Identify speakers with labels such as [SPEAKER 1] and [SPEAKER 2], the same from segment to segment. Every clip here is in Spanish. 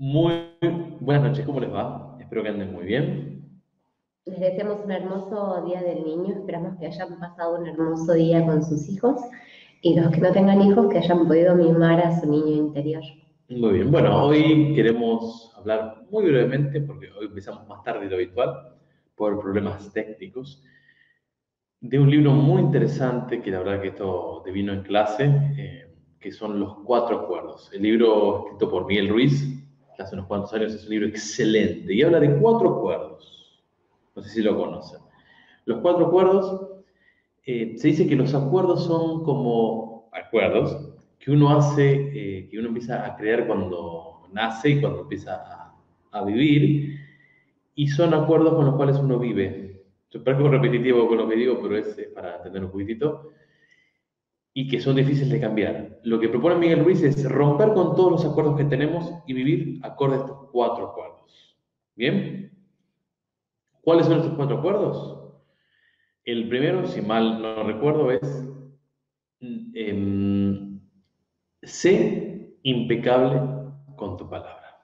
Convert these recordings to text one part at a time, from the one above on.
[SPEAKER 1] Muy buenas noches, ¿cómo les va? Espero que anden muy bien.
[SPEAKER 2] Les deseamos un hermoso Día del Niño, esperamos que hayan pasado un hermoso día con sus hijos y los que no tengan hijos que hayan podido mimar a su niño interior.
[SPEAKER 1] Muy bien, bueno, hoy queremos hablar muy brevemente, porque hoy empezamos más tarde de lo habitual, por problemas técnicos, de un libro muy interesante, que la verdad que esto devino en clase, que son Los Cuatro Acuerdos. El libro escrito por Miguel Ruiz, que hace unos cuantos años es un libro excelente, y habla de cuatro acuerdos. No sé si lo conocen. Los cuatro acuerdos. Se dice que los acuerdos son como acuerdos que uno hace, que uno empieza a crear cuando nace y cuando empieza a vivir, y son acuerdos con los cuales uno vive. Yo parezco repetitivo con lo que digo, pero es para entender un poquitito, y que son difíciles de cambiar. Lo que propone Miguel Ruiz es romper con todos los acuerdos que tenemos y vivir acorde a estos cuatro acuerdos. ¿Bien? ¿Cuáles son estos cuatro acuerdos? El primero, si mal no recuerdo, es em, sé impecable con tu palabra.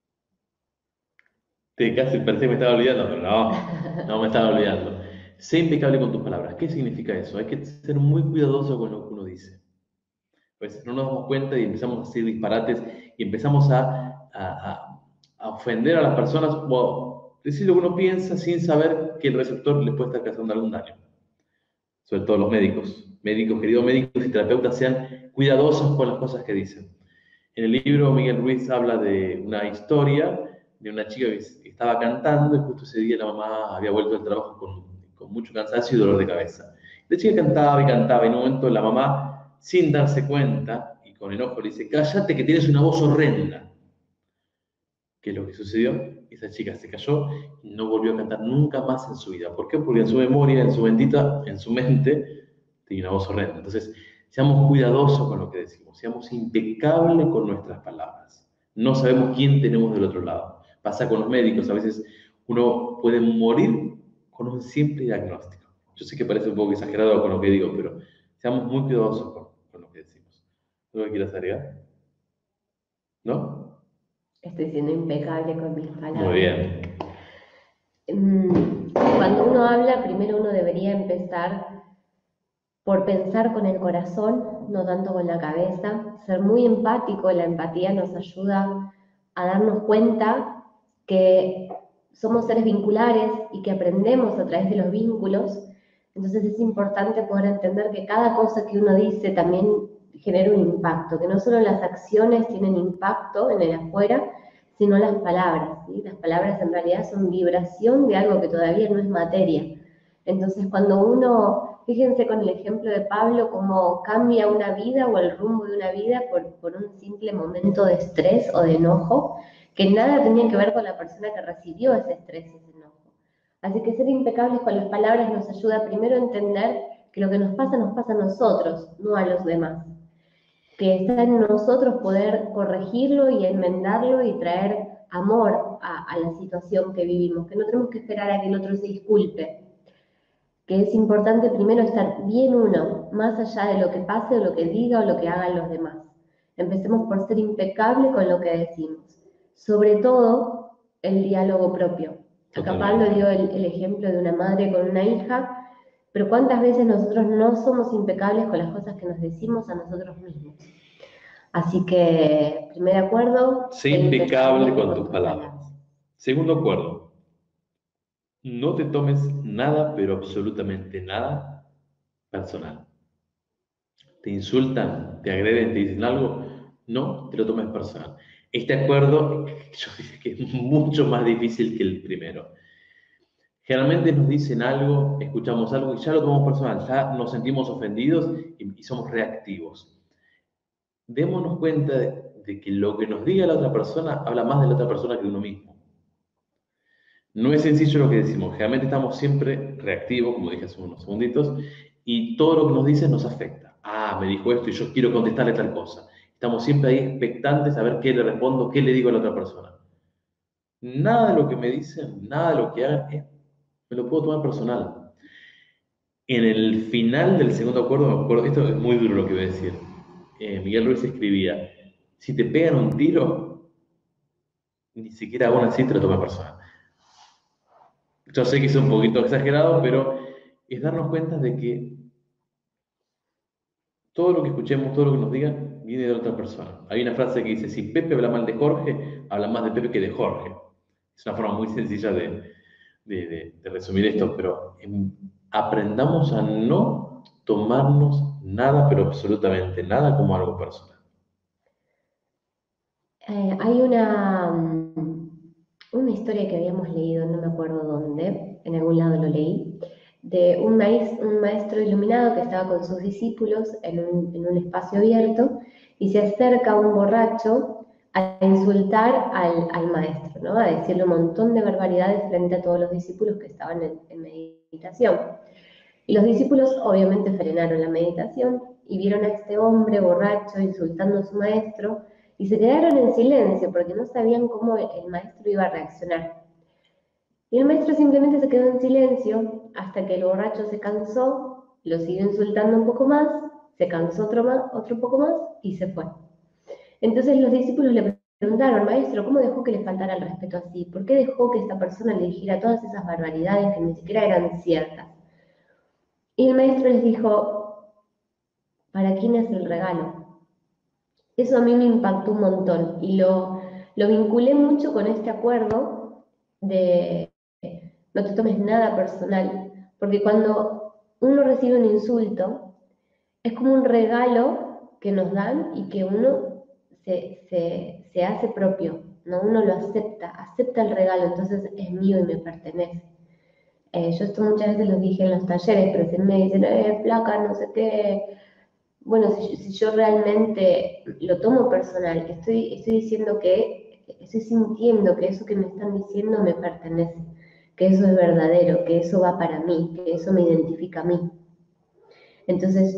[SPEAKER 1] Te casi parece que me estaba olvidando, pero no me estaba olvidando. Sé impecable con tus palabras. ¿Qué significa eso? Hay que ser muy cuidadoso con lo que uno dice. Pues no nos damos cuenta y empezamos a hacer disparates y empezamos a ofender a las personas o decir lo que uno piensa sin saber que el receptor les puede estar causando algún daño. Sobre todo los médicos. Médicos, queridos médicos y terapeutas, sean cuidadosos con las cosas que dicen. En el libro Miguel Ruiz habla de una historia de una chica que estaba cantando y justo ese día la mamá había vuelto del trabajo con mucho cansancio y dolor de cabeza. La chica cantaba y cantaba y en un momento la mamá, sin darse cuenta y con enojo, le dice, cállate que tienes una voz horrenda. ¿Qué es lo que sucedió? Esa chica se cayó y no volvió a cantar nunca más en su vida. ¿Por qué? Porque en su memoria, en su bendita, en su mente, tenía una voz horrenda. Entonces, seamos cuidadosos con lo que decimos, seamos impecables con nuestras palabras. No sabemos quién tenemos del otro lado. Pasa con los médicos, a veces uno puede morir con un simple diagnóstico. Yo sé que parece un poco exagerado con lo que digo, pero seamos muy cuidadosos con lo que decimos. ¿No me quieras agregar? ¿No?
[SPEAKER 2] Estoy siendo impecable con mis
[SPEAKER 1] Muy
[SPEAKER 2] palabras.
[SPEAKER 1] bien.
[SPEAKER 2] Cuando uno habla, primero uno debería empezar por pensar con el corazón, no tanto con la cabeza, ser muy empático. La empatía nos ayuda a darnos cuenta que somos seres vinculares y que aprendemos a través de los vínculos. Entonces es importante poder entender que cada cosa que uno dice también genera un impacto, que no solo las acciones tienen impacto en el afuera, sino las palabras, ¿sí? Las palabras en realidad son vibración de algo que todavía no es materia. Entonces, cuando uno, fíjense con el ejemplo de Pablo, cómo cambia una vida o el rumbo de una vida por un simple momento de estrés o de enojo, que nada tenía que ver con la persona que recibió ese estrés, ese enojo. Así que ser impecables con las palabras nos ayuda primero a entender que lo que nos pasa a nosotros, no a los demás. Que está en nosotros poder corregirlo y enmendarlo y traer amor a la situación que vivimos, que no tenemos que esperar a que el otro se disculpe, que es importante primero estar bien uno, más allá de lo que pase o lo que diga o lo que hagan los demás. Empecemos por ser impecable con lo que decimos. Sobre todo, el diálogo propio. Acá Pablo
[SPEAKER 1] Totalmente.
[SPEAKER 2] dio el ejemplo de una madre con una hija, pero ¿cuántas veces nosotros no somos impecables con las cosas que nos decimos a nosotros mismos? Así que, primer acuerdo,
[SPEAKER 1] Sé
[SPEAKER 2] sé
[SPEAKER 1] impecable
[SPEAKER 2] impecable
[SPEAKER 1] con
[SPEAKER 2] con
[SPEAKER 1] tus
[SPEAKER 2] tus palabras.
[SPEAKER 1] palabras. Segundo acuerdo, no te tomes nada, pero absolutamente nada personal. ¿Te insultan, te agreden, te dicen algo? No te lo tomes personal. Este acuerdo, yo diría que es mucho más difícil que el primero. Generalmente nos dicen algo, escuchamos algo y ya lo tomamos personal, ya nos sentimos ofendidos y somos reactivos. Démonos cuenta de que lo que nos diga la otra persona habla más de la otra persona que de uno mismo. No es sencillo lo que decimos, generalmente estamos siempre reactivos, como dije hace unos segunditos, y todo lo que nos dicen nos afecta. Ah, me dijo esto y yo quiero contestarle tal cosa. Estamos siempre ahí expectantes a ver qué le respondo, qué le digo a la otra persona. Nada de lo que me dicen, nada de lo que hagan, me lo puedo tomar personal. En el final del segundo acuerdo, me acuerdo, esto es muy duro lo que voy a decir. Miguel Ruiz escribía, si te pegan un tiro, ni siquiera aún así te lo toma personal. Yo sé que es un poquito exagerado, pero es darnos cuenta de que todo lo que escuchemos, todo lo que nos digan, viene de otra persona. Hay una frase que dice, si Pepe habla mal de Jorge, habla más de Pepe que de Jorge. Es una forma muy sencilla de resumir esto, pero aprendamos a no tomarnos nada, pero absolutamente nada como algo personal.
[SPEAKER 2] Hay una historia que habíamos leído, no me acuerdo dónde, en algún lado lo leí, de un maestro iluminado que estaba con sus discípulos en un espacio abierto y se acerca un borracho a insultar al maestro, ¿no? A decirle un montón de barbaridades frente a todos los discípulos que estaban en meditación. Y los discípulos obviamente frenaron la meditación y vieron a este hombre borracho insultando a su maestro y se quedaron en silencio porque no sabían cómo el maestro iba a reaccionar. Y el maestro simplemente se quedó en silencio hasta que el borracho se cansó, lo siguió insultando un poco más, se cansó otro poco más y se fue. Entonces los discípulos le preguntaron, maestro, ¿cómo dejó que le faltara el respeto así? ¿Por qué dejó que esta persona le dijera todas esas barbaridades que ni siquiera eran ciertas? Y el maestro les dijo, ¿para quién es el regalo? Eso a mí me impactó un montón y lo vinculé mucho con este acuerdo de no te tomes nada personal, porque cuando uno recibe un insulto, es como un regalo que nos dan y que uno se hace propio, ¿no? Uno lo acepta el regalo, entonces es mío y me pertenece. Yo esto muchas veces lo dije en los talleres, pero si me dicen, placa, no sé qué. Bueno, si yo realmente lo tomo personal, estoy diciendo que, estoy sintiendo que eso que me están diciendo me pertenece, que eso es verdadero, que eso va para mí, que eso me identifica a mí. Entonces,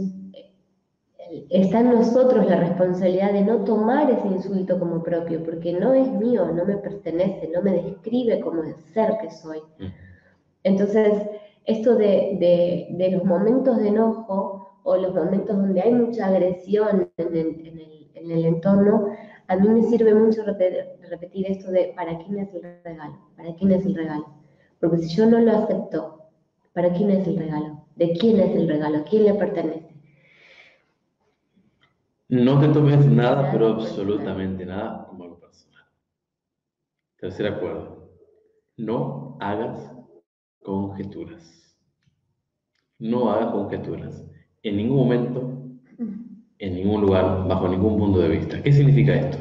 [SPEAKER 2] está en nosotros la responsabilidad de no tomar ese insulto como propio, porque no es mío, no me pertenece, no me describe como el ser que soy. Entonces, esto de los momentos de enojo o los momentos donde hay mucha agresión en el entorno, a mí me sirve mucho repetir esto de ¿para quién es el regalo? ¿Para quién es el regalo? Porque si yo no lo acepto, ¿para quién es el regalo? ¿De quién es el regalo? ¿A quién le pertenece?
[SPEAKER 1] No te tomes nada,
[SPEAKER 2] Nada
[SPEAKER 1] pero
[SPEAKER 2] personal.
[SPEAKER 1] absolutamente nada como algo personal. Tercer acuerdo. No hagas conjeturas. No hagas conjeturas. En ningún momento, en ningún lugar, bajo ningún punto de vista. ¿Qué significa esto?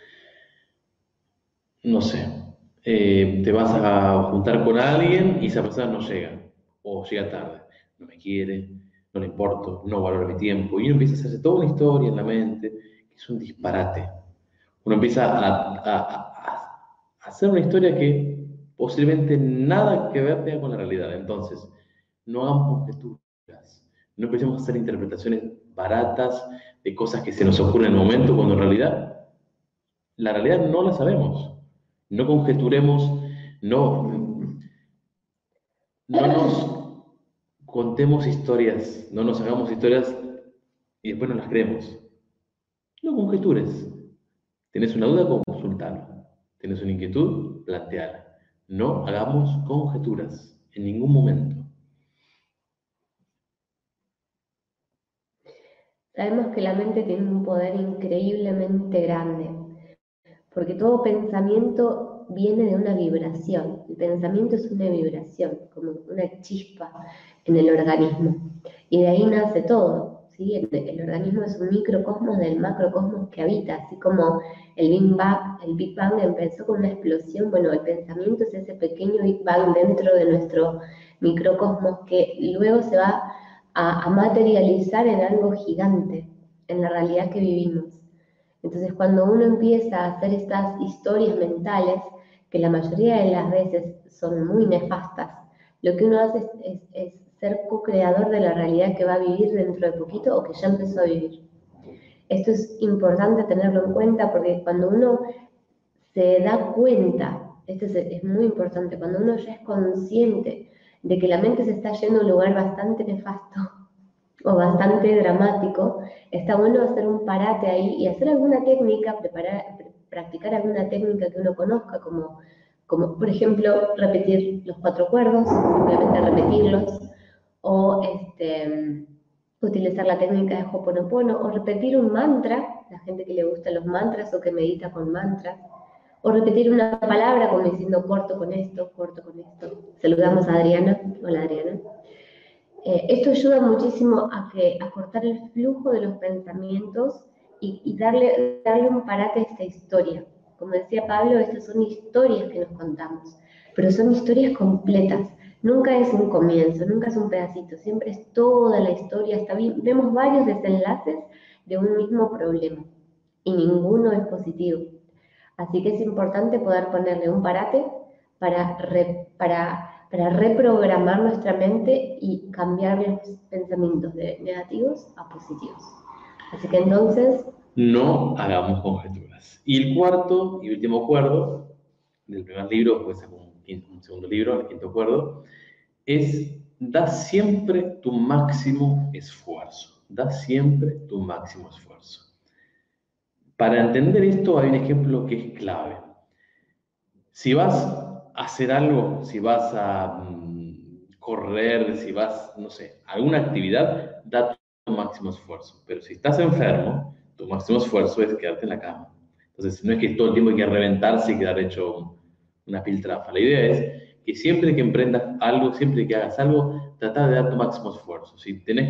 [SPEAKER 1] No sé. Te vas a juntar con alguien y esa persona no llega. O llega tarde. No me quiere, no le importo, no valora mi tiempo. Y uno empieza a hacerse toda una historia en la mente que es un disparate. Uno empieza a hacer una historia que posiblemente nada que ver tenga con la realidad. Entonces, no hagamos conjeturas, no empecemos a hacer interpretaciones baratas de cosas que se nos ocurren en el momento, cuando en realidad la realidad no la sabemos. No conjeturemos, no, no nos contemos historias, no nos hagamos historias y después no las creemos. No conjetures. ¿Tienes una duda? Consultalo. ¿Tienes una inquietud? Planteala. No hagamos conjeturas en ningún momento.
[SPEAKER 2] Sabemos que la mente tiene un poder increíblemente grande, porque todo pensamiento viene de una vibración. El pensamiento es una vibración, como una chispa en el organismo. Y de ahí nace todo, ¿sí? El organismo es un microcosmos del macrocosmos que habita, así como el Big Bang empezó con una explosión. Bueno, el pensamiento es ese pequeño Big Bang dentro de nuestro microcosmos que luego se va a materializar en algo gigante, en la realidad que vivimos. Entonces, cuando uno empieza a hacer estas historias mentales, que la mayoría de las veces son muy nefastas, lo que uno hace es ser co-creador de la realidad que va a vivir dentro de poquito o que ya empezó a vivir. Esto es importante tenerlo en cuenta porque cuando uno se da cuenta, esto es muy importante, cuando uno ya es consciente de que la mente se está yendo a un lugar bastante nefasto, o bastante dramático, está bueno hacer un parate ahí y hacer alguna técnica, practicar alguna técnica que uno conozca, como por ejemplo repetir los 4 acuerdos, simplemente repetirlos, o utilizar la técnica de Ho'oponopono, o repetir un mantra, la gente que le gustan los mantras o que medita con mantras, o repetir una palabra como diciendo corto con esto, corto con esto. Saludamos a Adriana. Hola Adriana. Esto ayuda muchísimo a cortar el flujo de los pensamientos y darle un parate a esta historia. Como decía Pablo, estas son historias que nos contamos, pero son historias completas. Nunca es un comienzo, nunca es un pedacito, siempre es toda la historia. Hasta vemos varios desenlaces de un mismo problema y ninguno es positivo. Así que es importante poder ponerle un parate para reprogramar nuestra mente y cambiar los pensamientos de negativos a positivos. Así que entonces...
[SPEAKER 1] No hagamos conjeturas. Y el cuarto y último acuerdo del primer libro, puede ser un segundo libro, el quinto acuerdo, es da siempre tu máximo esfuerzo. Da siempre tu máximo esfuerzo. Para entender esto hay un ejemplo que es clave. Si vas a hacer algo, si vas a correr, si vas, no sé, a alguna actividad, da tu máximo esfuerzo. Pero si estás enfermo, tu máximo esfuerzo es quedarte en la cama. Entonces, no es que todo el tiempo hay que reventarse y quedar hecho una piltrafa. La idea es que siempre que emprendas algo, siempre que hagas algo, trata de dar tu máximo esfuerzo. Si tenés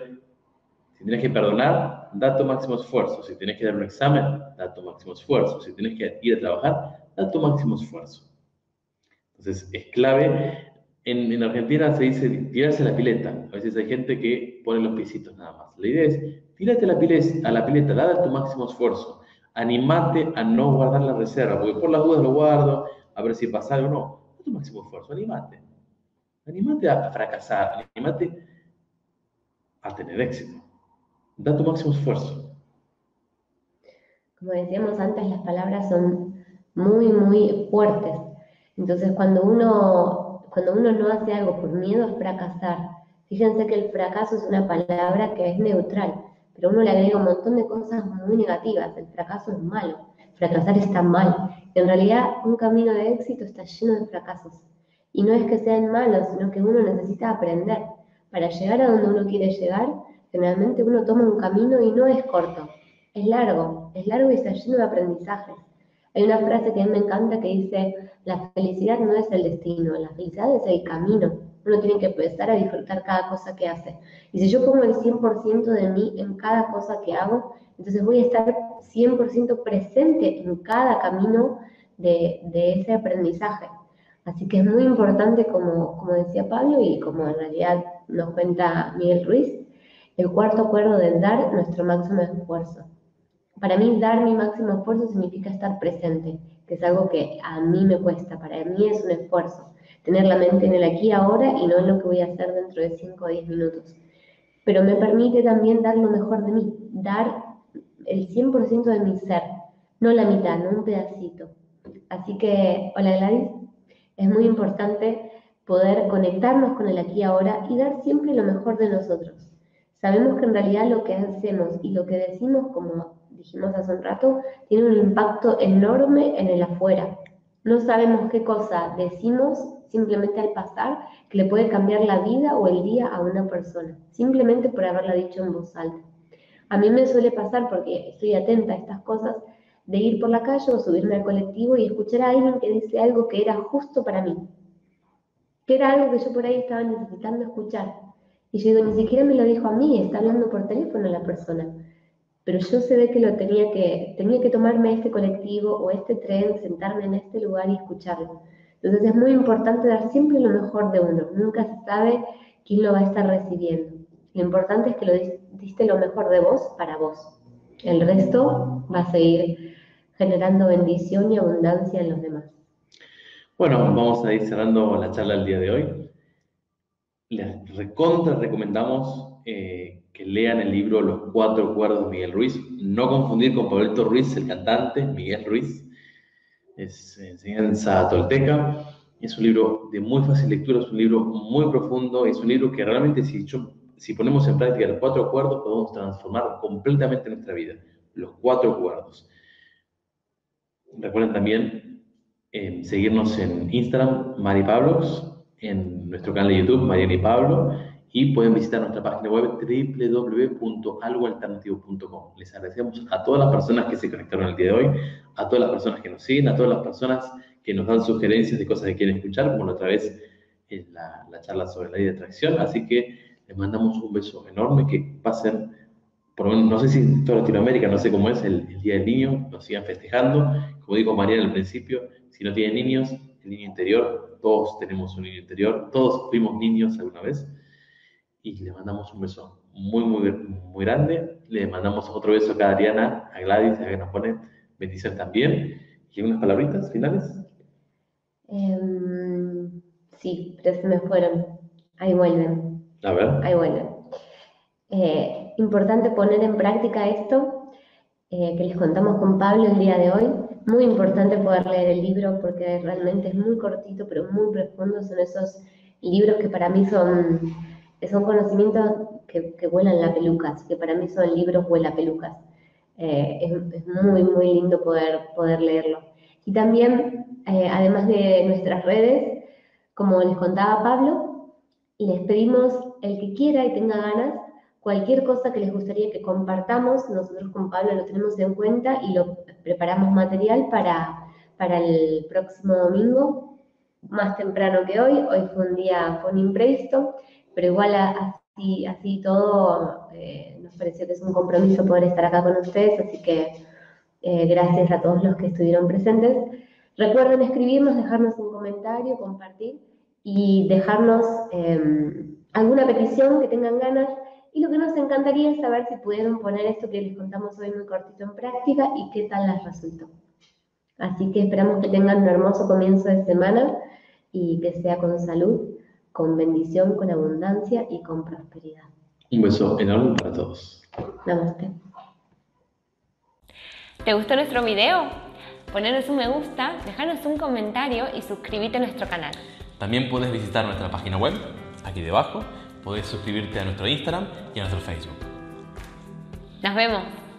[SPEAKER 1] que perdonar, da tu máximo esfuerzo. Si tienes que dar un examen, da tu máximo esfuerzo. Si tienes que ir a trabajar, da tu máximo esfuerzo. Entonces, es clave. En Argentina se dice tirarse a la pileta. A veces hay gente que pone los pisitos nada más. La idea es tírate a la pileta, da tu máximo esfuerzo. Animate a no guardar la reserva, porque por las dudas lo guardo, a ver si pasa algo. No, da tu máximo esfuerzo, animate. Animate a fracasar, animate a tener éxito. Da tu máximo esfuerzo.
[SPEAKER 2] Como decíamos antes, las palabras son muy, muy fuertes. Entonces, cuando uno no hace algo por miedo a fracasar, fíjense que el fracaso es una palabra que es neutral, pero uno le agrega un montón de cosas muy negativas. El fracaso es malo, fracasar está mal. En realidad, un camino de éxito está lleno de fracasos. Y no es que sean malos, sino que uno necesita aprender. Para llegar a donde uno quiere llegar, generalmente uno toma un camino y no es corto. Es largo y está lleno de aprendizajes. Hay una frase que a mí me encanta que dice, la felicidad no es el destino, la felicidad es el camino. Uno tiene que empezar a disfrutar cada cosa que hace. Y si yo pongo el 100% de mí en cada cosa que hago, entonces voy a estar 100% presente en cada camino de ese aprendizaje. Así que es muy importante, como decía Pablo y como en realidad nos cuenta Miguel Ruiz, el cuarto acuerdo de dar nuestro máximo esfuerzo. Para mí, dar mi máximo esfuerzo significa estar presente, que es algo que a mí me cuesta, para mí es un esfuerzo. Tener la mente en el aquí y ahora y no en lo que voy a hacer dentro de 5 o 10 minutos. Pero me permite también dar lo mejor de mí, dar el 100% de mi ser, no la mitad, no un pedacito. Así que, hola Gladys, es muy importante poder conectarnos con el aquí y ahora y dar siempre lo mejor de nosotros. Sabemos que en realidad lo que hacemos y lo que decimos, como dijimos hace un rato, tiene un impacto enorme en el afuera. No sabemos qué cosa decimos simplemente al pasar que le puede cambiar la vida o el día a una persona, simplemente por haberla dicho en voz alta. A mí me suele pasar, porque estoy atenta a estas cosas, de ir por la calle o subirme al colectivo y escuchar a alguien que dice algo que era justo para mí, que era algo que yo por ahí estaba necesitando escuchar. Y yo digo, ni siquiera me lo dijo a mí, está hablando por teléfono la persona. Pero yo sé de que tenía que tomarme este colectivo o este tren, sentarme en este lugar y escucharlo. Entonces es muy importante dar siempre lo mejor de uno. Nunca se sabe quién lo va a estar recibiendo. Lo importante es que lo diste lo mejor de vos para vos. El resto va a seguir generando bendición y abundancia en los demás.
[SPEAKER 1] Bueno, vamos a ir cerrando la charla del día de hoy. Les recontra recomendamos que lean el libro Los Cuatro Acuerdos de Miguel Ruiz. No confundir con Pablito Ruiz, el cantante, Miguel Ruiz. Es enseñanza tolteca. Es un libro de muy fácil lectura, es un libro muy profundo, es un libro que realmente si ponemos en práctica los cuatro acuerdos podemos transformar completamente nuestra vida. Los cuatro acuerdos. Recuerden también seguirnos en Instagram, Mari Pablos, en nuestro canal de YouTube, Mariana y Pablo, y pueden visitar nuestra página web www.algoalternativo.com. Les agradecemos a todas las personas que se conectaron el día de hoy, a todas las personas que nos siguen, a todas las personas que nos dan sugerencias de cosas que quieren escuchar, como la otra vez en la charla sobre la ley de atracción. Así que les mandamos un beso enorme, que pasen, por lo menos, no sé si en toda Latinoamérica, no sé cómo es el Día del Niño, lo sigan festejando. Como dijo Mariana al principio, si no tienen niños, el niño interior, todos tenemos un niño interior, todos fuimos niños alguna vez, y le mandamos un beso muy, muy, muy grande. Le mandamos otro beso acá a Ariana, a Gladys, a que nos pone bendición también. ¿Y unas palabritas finales?
[SPEAKER 2] Sí, pero se me fueron. Ahí vuelven.
[SPEAKER 1] A ver.
[SPEAKER 2] Ahí vuelven. Importante poner en práctica esto que les contamos con Pablo el día de hoy. Muy importante poder leer el libro porque realmente es muy cortito, pero muy profundo. Son esos libros que para mí son conocimientos que vuelan la peluca, así que para mí son libros vuela pelucas. Es muy, muy lindo poder leerlo. Y también, además de nuestras redes, como les contaba Pablo, les pedimos el que quiera y tenga ganas, cualquier cosa que les gustaría que compartamos, nosotros con Pablo lo tenemos en cuenta y lo preparamos material para el próximo domingo, más temprano que hoy. Hoy fue un imprevisto, pero igual así todo nos pareció que es un compromiso poder estar acá con ustedes, así que gracias a todos los que estuvieron presentes. Recuerden escribirnos, dejarnos un comentario, compartir y dejarnos alguna petición que tengan ganas. Y lo que nos encantaría es saber si pudieron poner esto que les contamos hoy muy cortito en práctica y qué tal les resultó. Así que esperamos que tengan un hermoso comienzo de semana y que sea con salud, con bendición, con abundancia y con prosperidad.
[SPEAKER 1] Un beso enorme para todos.
[SPEAKER 2] Namaste.
[SPEAKER 3] ¿Te gustó nuestro video? Ponernos un me gusta, dejarnos un comentario y suscríbete a nuestro canal.
[SPEAKER 4] También puedes visitar nuestra página web, aquí debajo. Podés suscribirte a nuestro Instagram y a nuestro Facebook.
[SPEAKER 3] Nos vemos.